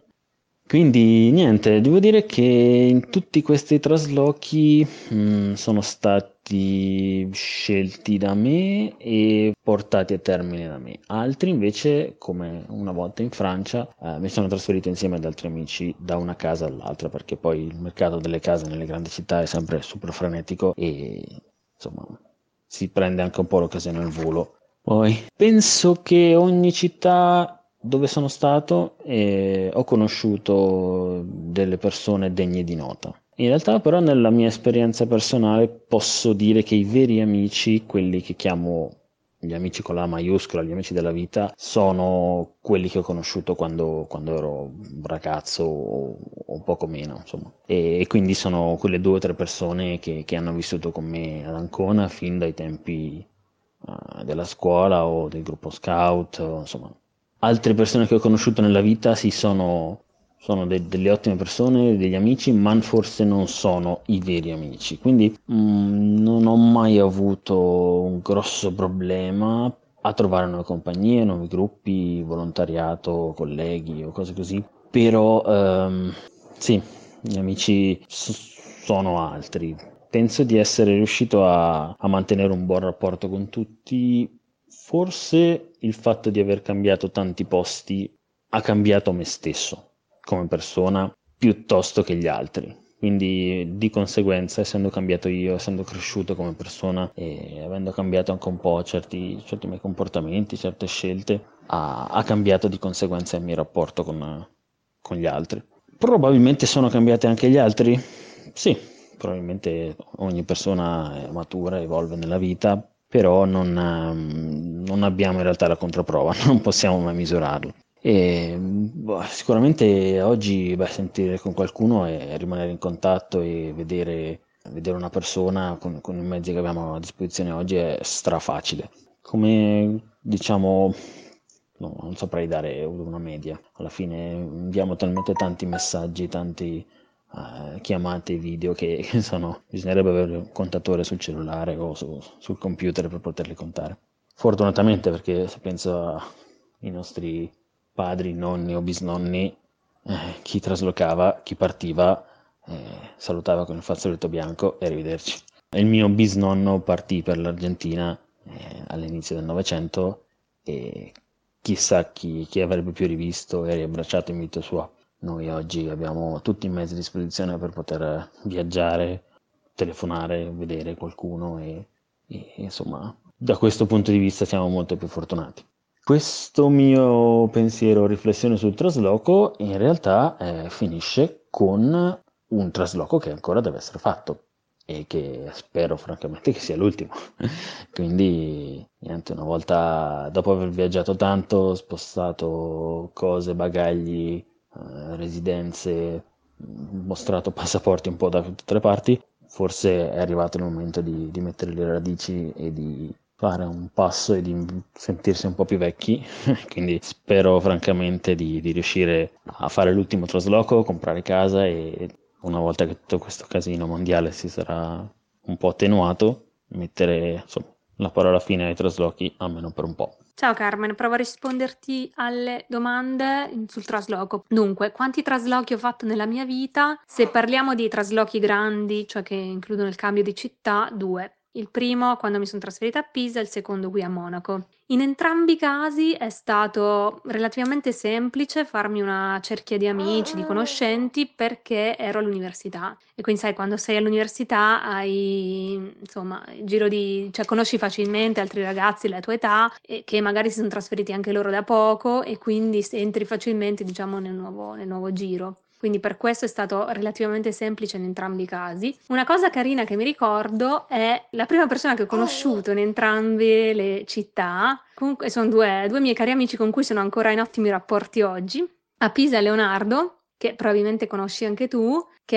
Quindi niente, devo dire che in tutti questi traslochi sono stati scelti da me e portati a termine da me. Altri invece, come una volta in Francia, mi sono trasferito insieme ad altri amici da una casa all'altra, perché poi il mercato delle case nelle grandi città è sempre super frenetico e insomma si prende anche un po' l'occasione al volo. Poi penso che ogni città dove sono stato ho conosciuto delle persone degne di nota. In realtà però nella mia esperienza personale posso dire che i veri amici, quelli che chiamo gli amici con la maiuscola, gli amici della vita, sono quelli che ho conosciuto quando ero un ragazzo o poco meno, insomma. E quindi sono quelle 2 o 3 persone che hanno vissuto con me ad Ancona fin dai tempi della scuola o del gruppo scout, insomma. Altre persone che ho conosciuto nella vita sì, sono delle ottime persone, degli amici, ma forse non sono i veri amici. Quindi non ho mai avuto un grosso problema a trovare nuove compagnie, nuovi gruppi, volontariato, colleghi o cose così. Però Sì, gli amici sono altri. Penso di essere riuscito a mantenere un buon rapporto con tutti. Forse il fatto di aver cambiato tanti posti ha cambiato me stesso come persona piuttosto che gli altri. Quindi di conseguenza, essendo cambiato io, essendo cresciuto come persona e avendo cambiato anche un po' certi miei comportamenti, certe scelte, ha cambiato di conseguenza il mio rapporto con gli altri. Probabilmente sono cambiati anche gli altri? Sì, probabilmente ogni persona è matura, evolve nella vita, però non abbiamo in realtà la controprova, non possiamo mai misurarlo. E sicuramente oggi sentire con qualcuno e rimanere in contatto e vedere una persona con i mezzi che abbiamo a disposizione oggi è strafacile. Come diciamo, no, non saprei dare una media. Alla fine inviamo talmente tanti messaggi, tanti chiamate, video che bisognerebbe avere un contatore sul cellulare o sul computer per poterli contare. Fortunatamente, perché se penso ai nostri padri, nonni o bisnonni, chi traslocava, chi partiva, salutava con il fazzoletto bianco e arrivederci. Il mio bisnonno partì per l'Argentina all'inizio del Novecento e chissà chi avrebbe più rivisto e riabbracciato in vita sua. Noi oggi abbiamo tutti i mezzi a disposizione per poter viaggiare, telefonare, vedere qualcuno e insomma, da questo punto di vista siamo molto più fortunati. Questo mio pensiero, riflessione sul trasloco, in realtà finisce con un trasloco che ancora deve essere fatto e che spero francamente che sia l'ultimo. Quindi, niente, una volta dopo aver viaggiato tanto, spostato cose, bagagli, residenze, mostrato passaporti un po' da tutte le parti, forse è arrivato il momento di mettere le radici e di fare un passo e di sentirsi un po' più vecchi. Quindi spero francamente di riuscire a fare l'ultimo trasloco, comprare casa e una volta che tutto questo casino mondiale si sarà un po' attenuato, mettere insomma la parola fine ai traslochi almeno per un po'. Ciao Carmen, provo a risponderti alle domande sul trasloco. Dunque, quanti traslochi ho fatto nella mia vita? Se parliamo di traslochi grandi, cioè che includono il cambio di città, 2. Il primo quando mi sono trasferita a Pisa, il secondo qui a Monaco. In entrambi i casi è stato relativamente semplice farmi una cerchia di amici, di conoscenti, perché ero all'università. E quindi sai, quando sei all'università hai, insomma, il giro cioè conosci facilmente altri ragazzi della tua età che magari si sono trasferiti anche loro da poco e quindi entri facilmente, diciamo, nel nuovo giro. Quindi per questo è stato relativamente semplice in entrambi i casi. Una cosa carina che mi ricordo è la prima persona che ho conosciuto in entrambe le città. Comunque sono due miei cari amici con cui sono ancora in ottimi rapporti oggi. A Pisa Leonardo, che probabilmente conosci anche tu,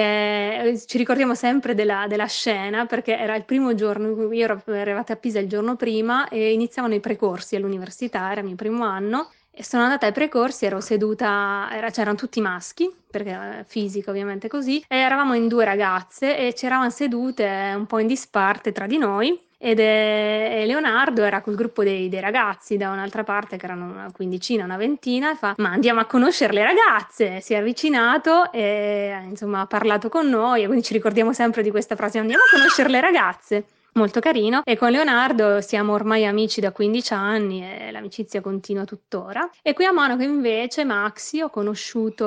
che ci ricordiamo sempre della scena perché era il primo giorno, io ero arrivata a Pisa il giorno prima e iniziavano i precorsi all'università, era il mio primo anno. E sono andata ai precorsi, ero seduta, c'erano tutti maschi, perché fisica ovviamente così, e eravamo in 2 ragazze e ci eravamo sedute un po' in disparte tra di noi e Leonardo era col gruppo dei ragazzi da un'altra parte che erano una quindicina, una ventina e fa: ma andiamo a conoscere le ragazze. Si è avvicinato e insomma ha parlato con noi e quindi ci ricordiamo sempre di questa frase: andiamo a conoscere le ragazze. Molto carino, e con Leonardo siamo ormai amici da 15 anni e l'amicizia continua tuttora. E qui a Monaco invece Maxi ho conosciuto,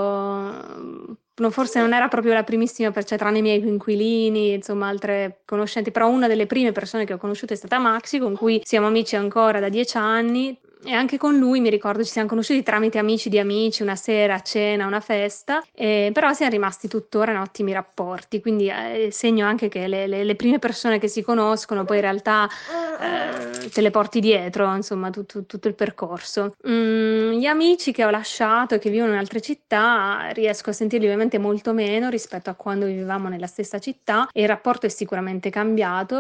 forse non era proprio la primissima, cioè tranne i miei coinquilini, insomma altre conoscenti, però una delle prime persone che ho conosciuto è stata Maxi, con cui siamo amici ancora da 10 anni. E anche con lui mi ricordo ci siamo conosciuti tramite amici di amici, una sera a cena, una festa, però siamo rimasti tuttora in ottimi rapporti, quindi segno anche che le prime persone che si conoscono poi in realtà te le porti dietro, insomma tutto il percorso. Gli amici che ho lasciato e che vivono in altre città riesco a sentirli ovviamente molto meno rispetto a quando vivevamo nella stessa città e il rapporto è sicuramente cambiato,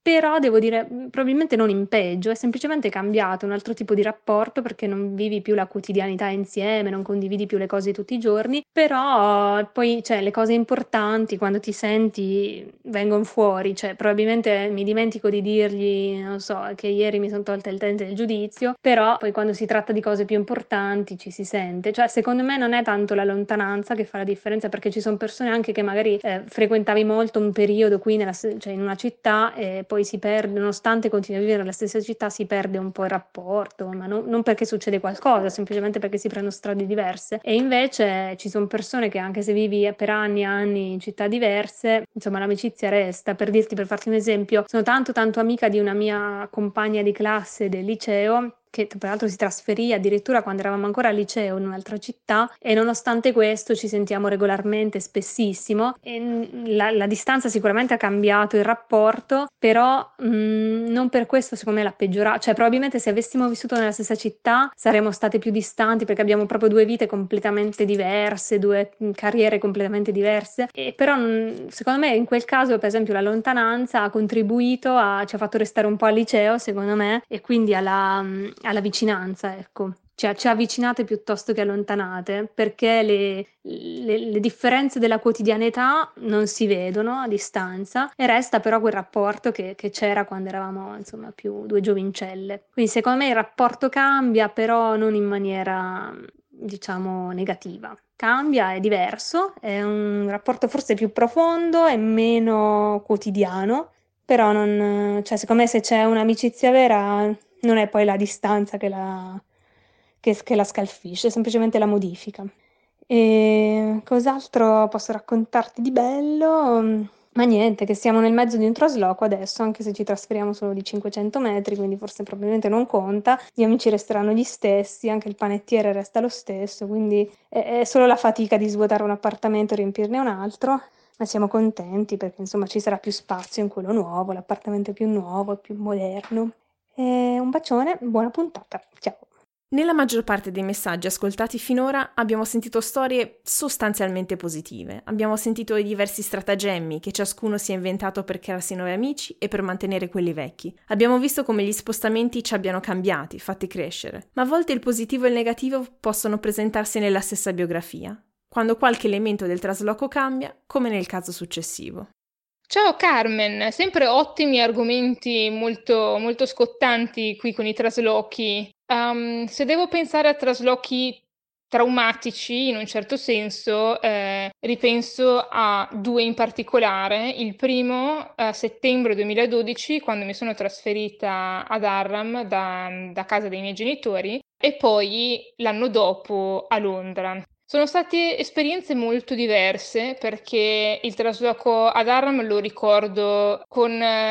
però devo dire probabilmente non in peggio, è semplicemente cambiato, un altro tipo di rapporto perché non vivi più la quotidianità insieme, non condividi più le cose tutti i giorni, però poi cioè, le cose importanti quando ti senti vengono fuori, cioè probabilmente mi dimentico di dirgli, non so, che ieri mi sono tolta il dente del giudizio, però poi quando si tratta di cose più importanti ci si sente, cioè secondo me non è tanto la lontananza che fa la differenza, perché ci sono persone anche che magari frequentavi molto un periodo qui cioè in una città e poi si perde, nonostante continui a vivere nella stessa città, si perde un po' il rapporto, ma non perché succede qualcosa, semplicemente perché si prendono strade diverse. E invece ci sono persone che anche se vivi per anni e anni in città diverse, insomma l'amicizia resta. Per dirti, per farti un esempio, sono tanto amica di una mia compagna di classe del liceo, che tra l'altro si trasferì addirittura quando eravamo ancora al liceo in un'altra città, e nonostante questo ci sentiamo regolarmente, spessissimo, e la distanza sicuramente ha cambiato il rapporto, però non per questo secondo me l'ha peggiorato, cioè probabilmente se avessimo vissuto nella stessa città saremmo state più distanti perché abbiamo proprio due vite completamente diverse, due carriere completamente diverse, e però secondo me in quel caso per esempio la lontananza ha contribuito ci ha fatto restare un po' al liceo secondo me, e quindi alla vicinanza, ecco. Ci ha avvicinate piuttosto che allontanate, perché le differenze della quotidianità non si vedono a distanza e resta però quel rapporto che c'era quando eravamo insomma più due giovincelle. Quindi secondo me il rapporto cambia, però non in maniera diciamo negativa. Cambia, è diverso, è un rapporto forse più profondo e meno quotidiano, però non, cioè secondo me se c'è un'amicizia vera non è poi la distanza che la scalfisce, semplicemente la modifica. E cos'altro posso raccontarti di bello? Ma niente, che siamo nel mezzo di un trasloco adesso, anche se ci trasferiamo solo di 500 metri, quindi forse probabilmente non conta. Gli amici resteranno gli stessi, anche il panettiere resta lo stesso, quindi è solo la fatica di svuotare un appartamento e riempirne un altro. Ma siamo contenti perché insomma ci sarà più spazio in quello nuovo, l'appartamento è più nuovo, è più moderno. E un bacione, buona puntata, ciao! Nella maggior parte dei messaggi ascoltati finora abbiamo sentito storie sostanzialmente positive. Abbiamo sentito i diversi stratagemmi che ciascuno si è inventato per crearsi nuovi amici e per mantenere quelli vecchi. Abbiamo visto come gli spostamenti ci abbiano cambiati, fatti crescere. Ma a volte il positivo e il negativo possono presentarsi nella stessa biografia, quando qualche elemento del trasloco cambia, come nel caso successivo. Ciao Carmen, sempre ottimi argomenti molto, molto scottanti qui con i traslochi. Se devo pensare a traslochi traumatici, in un certo senso, ripenso a due in particolare. Il primo, a settembre 2012, quando mi sono trasferita ad Arram da casa dei miei genitori, e poi l'anno dopo a Londra. Sono state esperienze molto diverse perché il trasloco ad Arram lo ricordo con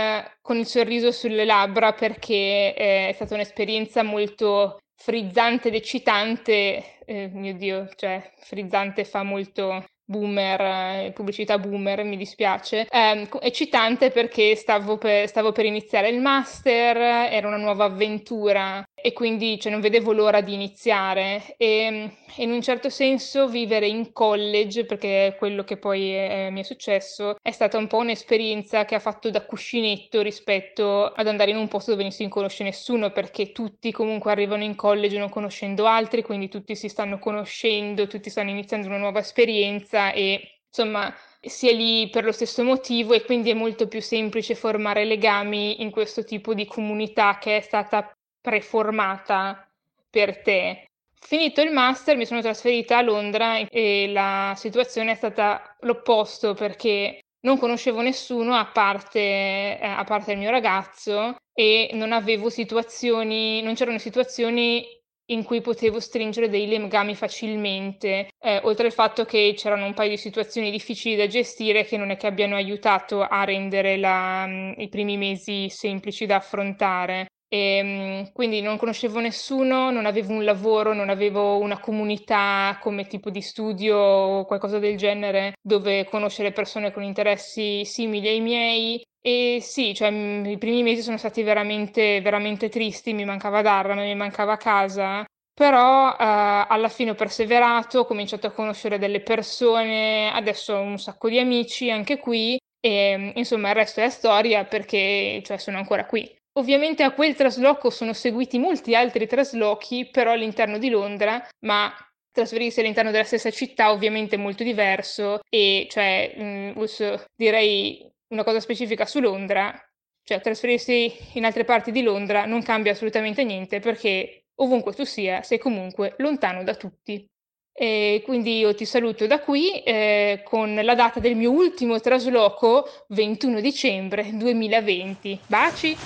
il sorriso sulle labbra perché è stata un'esperienza molto frizzante ed eccitante. Mio Dio, cioè frizzante fa molto boomer, pubblicità boomer, mi dispiace. Eccitante perché stavo per iniziare il master, era una nuova avventura e quindi non vedevo l'ora di iniziare e in un certo senso vivere in college, perché è quello che poi mi è successo, è stata un po' un'esperienza che ha fatto da cuscinetto rispetto ad andare in un posto dove non si conosce nessuno, perché tutti comunque arrivano in college non conoscendo altri, quindi tutti si stanno conoscendo, tutti stanno iniziando una nuova esperienza e insomma si è lì per lo stesso motivo e quindi è molto più semplice formare legami in questo tipo di comunità che è stata preformata per te. Finito il master mi sono trasferita a Londra e la situazione è stata l'opposto perché non conoscevo nessuno a parte il mio ragazzo e non c'erano situazioni in cui potevo stringere dei legami facilmente, oltre al fatto che c'erano un paio di situazioni difficili da gestire che non è che abbiano aiutato a rendere i primi mesi semplici da affrontare. E quindi non conoscevo nessuno, non avevo un lavoro, non avevo una comunità come tipo di studio o qualcosa del genere dove conoscere persone con interessi simili ai miei. E sì, i primi mesi sono stati veramente, veramente tristi, mi mancava Darram, mi mancava casa, però alla fine ho perseverato, ho cominciato a conoscere delle persone, adesso ho un sacco di amici anche qui e insomma il resto è storia, perché cioè, sono ancora qui. Ovviamente a quel trasloco sono seguiti molti altri traslochi, però all'interno di Londra, ma trasferirsi all'interno della stessa città ovviamente è molto diverso, e cioè direi una cosa specifica su Londra, cioè trasferirsi in altre parti di Londra non cambia assolutamente niente, perché ovunque tu sia sei comunque lontano da tutti. E quindi io ti saluto da qui con la data del mio ultimo trasloco, 21 dicembre 2020. Baci!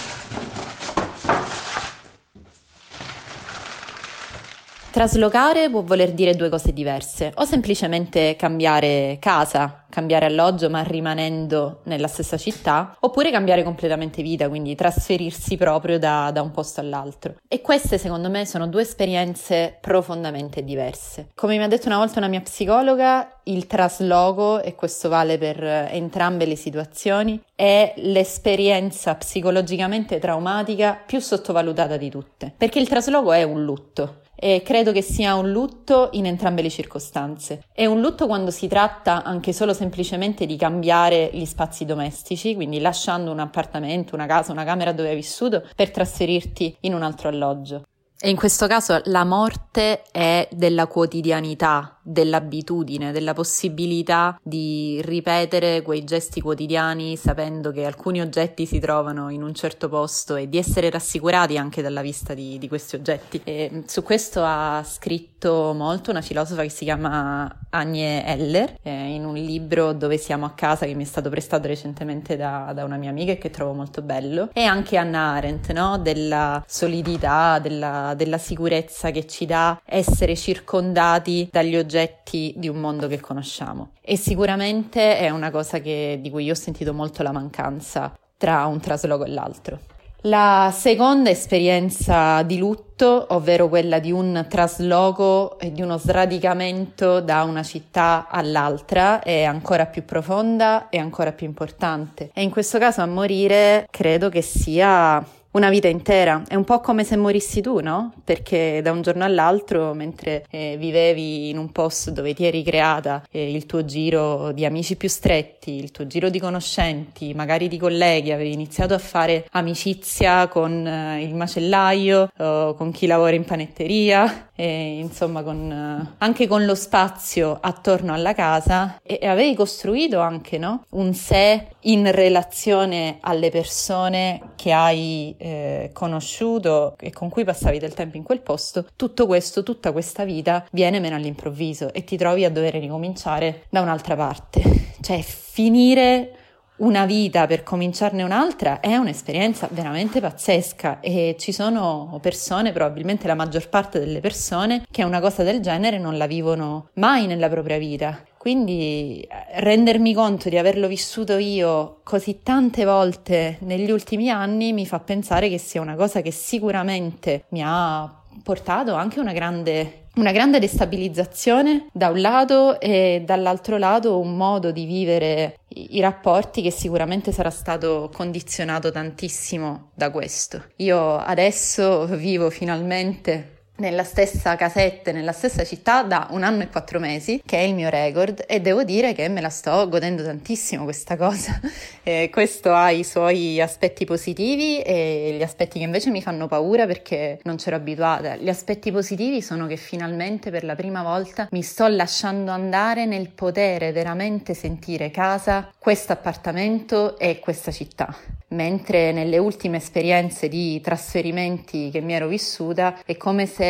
Traslocare può voler dire due cose diverse, o semplicemente cambiare casa, cambiare alloggio ma rimanendo nella stessa città, oppure cambiare completamente vita, quindi trasferirsi proprio da un posto all'altro. E queste secondo me sono due esperienze profondamente diverse. Come mi ha detto una volta una mia psicologa, il trasloco, e questo vale per entrambe le situazioni, è l'esperienza psicologicamente traumatica più sottovalutata di tutte, perché il trasloco è un lutto. E credo che sia un lutto in entrambe le circostanze. È un lutto quando si tratta anche solo semplicemente di cambiare gli spazi domestici, quindi lasciando un appartamento, una casa, una camera dove hai vissuto per trasferirti in un altro alloggio. E in questo caso la morte è della quotidianità, dell'abitudine, della possibilità di ripetere quei gesti quotidiani sapendo che alcuni oggetti si trovano in un certo posto e di essere rassicurati anche dalla vista di questi oggetti. E su questo ha scritto molto una filosofa che si chiama Agne Eller, in un libro Dove siamo a casa, che mi è stato prestato recentemente da una mia amica e che trovo molto bello, e anche Hannah Arendt, no? Della solidità, della sicurezza che ci dà essere circondati dagli oggetti di un mondo che conosciamo. E sicuramente è una cosa di cui io ho sentito molto la mancanza tra un trasloco e l'altro. La seconda esperienza di lutto, ovvero quella di un trasloco e di uno sradicamento da una città all'altra, è ancora più profonda e ancora più importante. E in questo caso a morire credo che sia una vita intera. È un po' come se morissi tu, no? Perché da un giorno all'altro, mentre vivevi in un posto dove ti eri creata il tuo giro di amici più stretti, il tuo giro di conoscenti, magari di colleghi, avevi iniziato a fare amicizia con il macellaio, con chi lavora in panetteria, e insomma anche con lo spazio attorno alla casa, e avevi costruito anche, no? Un sé in relazione alle persone che hai conosciuto e con cui passavi del tempo in quel posto. Tutto questo, tutta questa vita viene meno all'improvviso e ti trovi a dover ricominciare da un'altra parte. Cioè, finire una vita per cominciarne un'altra è un'esperienza veramente pazzesca, e ci sono persone, probabilmente la maggior parte delle persone, che una cosa del genere non la vivono mai nella propria vita. Quindi rendermi conto di averlo vissuto io così tante volte negli ultimi anni mi fa pensare che sia una cosa che sicuramente mi ha portato anche una grande destabilizzazione da un lato, e dall'altro lato un modo di vivere i rapporti che sicuramente sarà stato condizionato tantissimo da questo. Io adesso vivo finalmente nella stessa casetta, nella stessa città da 1 anno e 4 mesi, che è il mio record, e devo dire che me la sto godendo tantissimo questa cosa. Questo ha i suoi aspetti positivi e gli aspetti che invece mi fanno paura perché non c'ero abituata. Gli aspetti positivi sono che finalmente per la prima volta mi sto lasciando andare nel potere veramente sentire casa, questo appartamento e questa città. Mentre nelle ultime esperienze di trasferimenti che mi ero vissuta è come se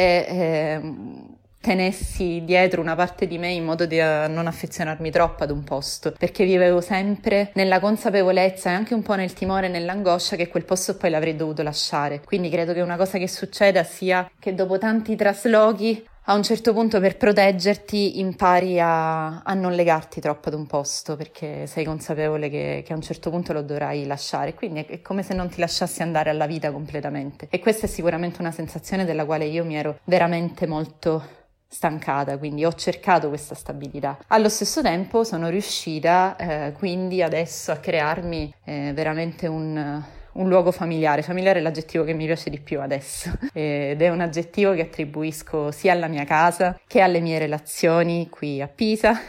tenessi dietro una parte di me in modo da non affezionarmi troppo ad un posto, perché vivevo sempre nella consapevolezza e anche un po' nel timore e nell'angoscia che quel posto poi l'avrei dovuto lasciare. Quindi credo che una cosa che succeda sia che dopo tanti traslochi a un certo punto, per proteggerti, impari a non legarti troppo ad un posto, perché sei consapevole che a un certo punto lo dovrai lasciare. Quindi è come se non ti lasciassi andare alla vita completamente. E questa è sicuramente una sensazione della quale io mi ero veramente molto stancata, quindi ho cercato questa stabilità. Allo stesso tempo sono riuscita quindi adesso a crearmi veramente un luogo familiare. Familiare è l'aggettivo che mi piace di più adesso, ed è un aggettivo che attribuisco sia alla mia casa che alle mie relazioni qui a Pisa,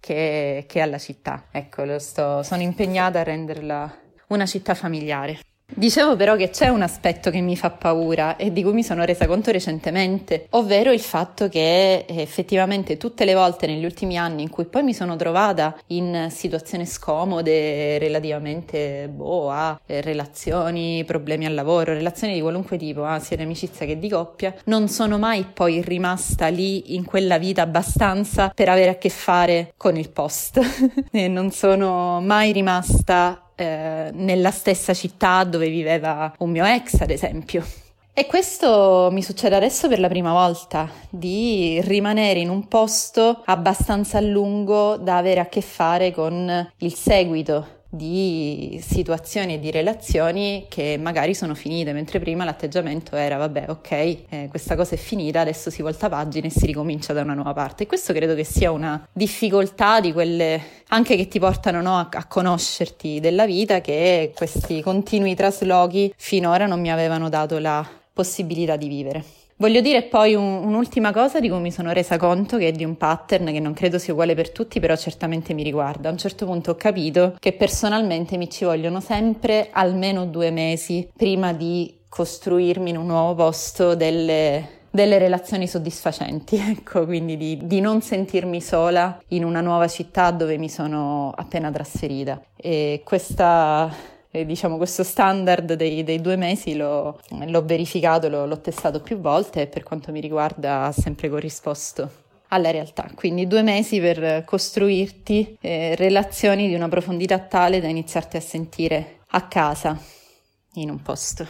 che alla città. Ecco, sono impegnata a renderla una città familiare. Dicevo però che c'è un aspetto che mi fa paura e di cui mi sono resa conto recentemente, ovvero il fatto che effettivamente tutte le volte negli ultimi anni in cui poi mi sono trovata in situazioni scomode relativamente a relazioni, problemi al lavoro, relazioni di qualunque tipo, sia di amicizia che di coppia, non sono mai poi rimasta lì in quella vita abbastanza per avere a che fare con il post e non sono mai rimasta nella stessa città dove viveva un mio ex, ad esempio. E questo mi succede adesso per la prima volta, di rimanere in un posto abbastanza a lungo da avere a che fare con il seguito di situazioni e di relazioni che magari sono finite, mentre prima l'atteggiamento era vabbè, ok, questa cosa è finita, adesso si volta pagina e si ricomincia da una nuova parte. E questo credo che sia una difficoltà di quelle anche che ti portano a conoscerti della vita, che questi continui traslochi finora non mi avevano dato la possibilità di vivere. Voglio dire poi un'ultima cosa di cui mi sono resa conto, che è di un pattern che non credo sia uguale per tutti, però certamente mi riguarda. A un certo punto ho capito che personalmente mi ci vogliono sempre almeno 2 mesi prima di costruirmi in un nuovo posto delle relazioni soddisfacenti, ecco, quindi di non sentirmi sola in una nuova città dove mi sono appena trasferita. E questo standard dei 2 mesi l'ho verificato, l'ho testato più volte e per quanto mi riguarda ha sempre corrisposto alla realtà. Quindi 2 mesi per costruirti relazioni di una profondità tale da iniziarti a sentire a casa in un posto.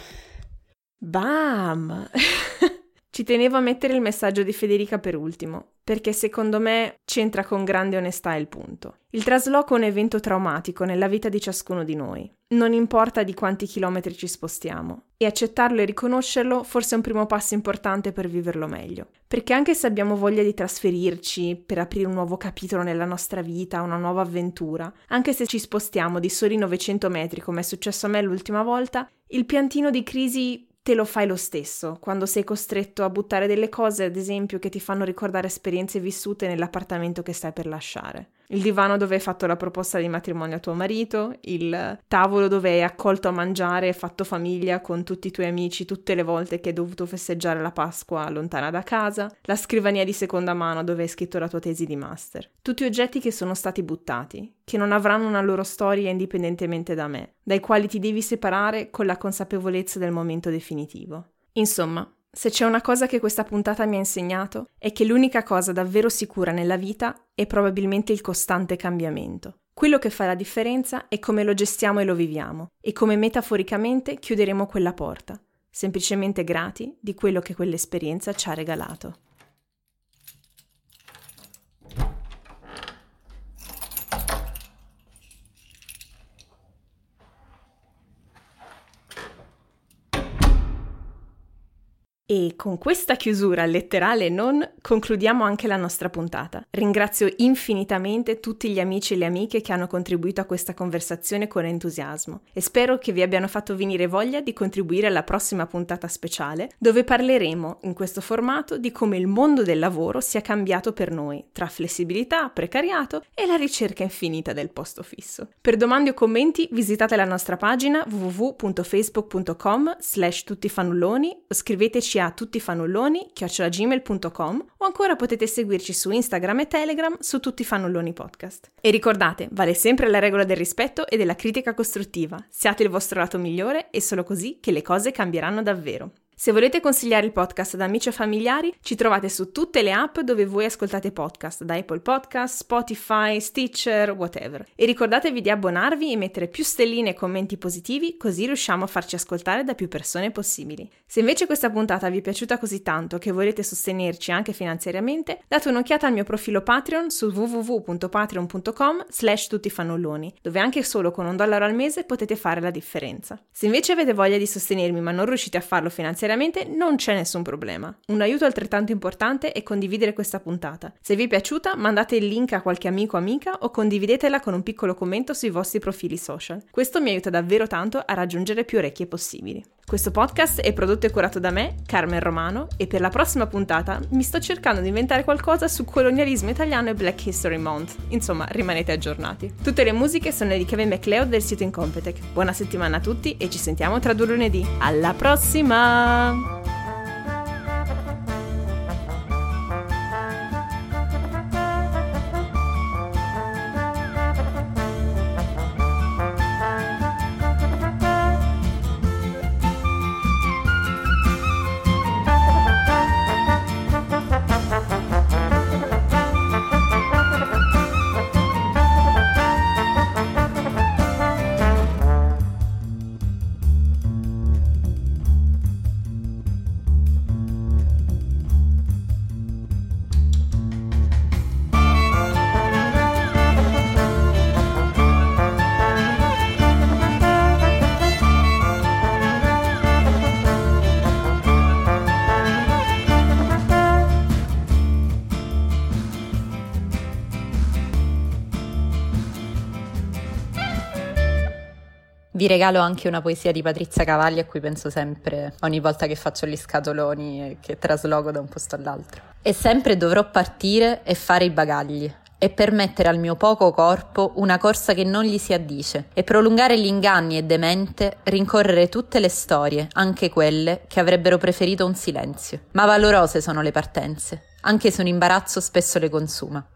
Bam! Ci tenevo a mettere il messaggio di Federica per ultimo, perché secondo me c'entra con grande onestà il punto. Il trasloco è un evento traumatico nella vita di ciascuno di noi. Non importa di quanti chilometri ci spostiamo. E accettarlo e riconoscerlo forse è un primo passo importante per viverlo meglio. Perché anche se abbiamo voglia di trasferirci per aprire un nuovo capitolo nella nostra vita, una nuova avventura, anche se ci spostiamo di soli 900 metri come è successo a me l'ultima volta, il piantino di crisi te lo fai lo stesso, quando sei costretto a buttare delle cose, ad esempio, che ti fanno ricordare esperienze vissute nell'appartamento che stai per lasciare. Il divano dove hai fatto la proposta di matrimonio a tuo marito, il tavolo dove hai accolto a mangiare e fatto famiglia con tutti i tuoi amici tutte le volte che hai dovuto festeggiare la Pasqua lontana da casa, la scrivania di seconda mano dove hai scritto la tua tesi di master. Tutti oggetti che sono stati buttati, che non avranno una loro storia indipendentemente da me, dai quali ti devi separare con la consapevolezza del momento definitivo. Insomma, se c'è una cosa che questa puntata mi ha insegnato è che l'unica cosa davvero sicura nella vita è probabilmente il costante cambiamento. Quello che fa la differenza è come lo gestiamo e lo viviamo, e come metaforicamente chiuderemo quella porta, semplicemente grati di quello che quell'esperienza ci ha regalato. E con questa chiusura letterale non concludiamo anche la nostra puntata. Ringrazio infinitamente tutti gli amici e le amiche che hanno contribuito a questa conversazione con entusiasmo e spero che vi abbiano fatto venire voglia di contribuire alla prossima puntata speciale, dove parleremo in questo formato di come il mondo del lavoro sia cambiato per noi, tra flessibilità, precariato e la ricerca infinita del posto fisso. Per domande o commenti visitate la nostra pagina www.facebook.com/tuttifannulloni o scriveteci a tuttifannulloni@gmail.com o ancora potete seguirci su Instagram e Telegram su Tutti Fannulloni Podcast. E ricordate, vale sempre la regola del rispetto e della critica costruttiva. Siate il vostro lato migliore e solo così che le cose cambieranno davvero. Se volete consigliare il podcast ad amici o familiari, ci trovate su tutte le app dove voi ascoltate podcast, da Apple Podcast, Spotify, Stitcher, whatever. E ricordatevi di abbonarvi e mettere più stelline e commenti positivi, così riusciamo a farci ascoltare da più persone possibili. Se invece questa puntata vi è piaciuta così tanto che volete sostenerci anche finanziariamente, date un'occhiata al mio profilo Patreon su www.patreon.com/tuttifannulloni, dove anche solo con $1 al mese potete fare la differenza. Se invece avete voglia di sostenermi ma non riuscite a farlo finanziariamente, non c'è nessun problema. Un aiuto altrettanto importante è condividere questa puntata. Se vi è piaciuta, mandate il link a qualche amico o amica o condividetela con un piccolo commento sui vostri profili social. Questo mi aiuta davvero tanto a raggiungere più orecchie possibili. Questo podcast è prodotto e curato da me, Carmen Romano, e per la prossima puntata mi sto cercando di inventare qualcosa su colonialismo italiano e Black History Month. Insomma, rimanete aggiornati. Tutte le musiche sono di Kevin MacLeod del sito Incompetech. Buona settimana a tutti e ci sentiamo tra 2 lunedì. Alla prossima! Vi regalo anche una poesia di Patrizia Cavalli a cui penso sempre ogni volta che faccio gli scatoloni e che trasloco da un posto all'altro. E sempre dovrò partire e fare i bagagli e permettere al mio poco corpo una corsa che non gli si addice e prolungare gli inganni e demente rincorrere tutte le storie, anche quelle che avrebbero preferito un silenzio. Ma valorose sono le partenze, anche se un imbarazzo spesso le consuma.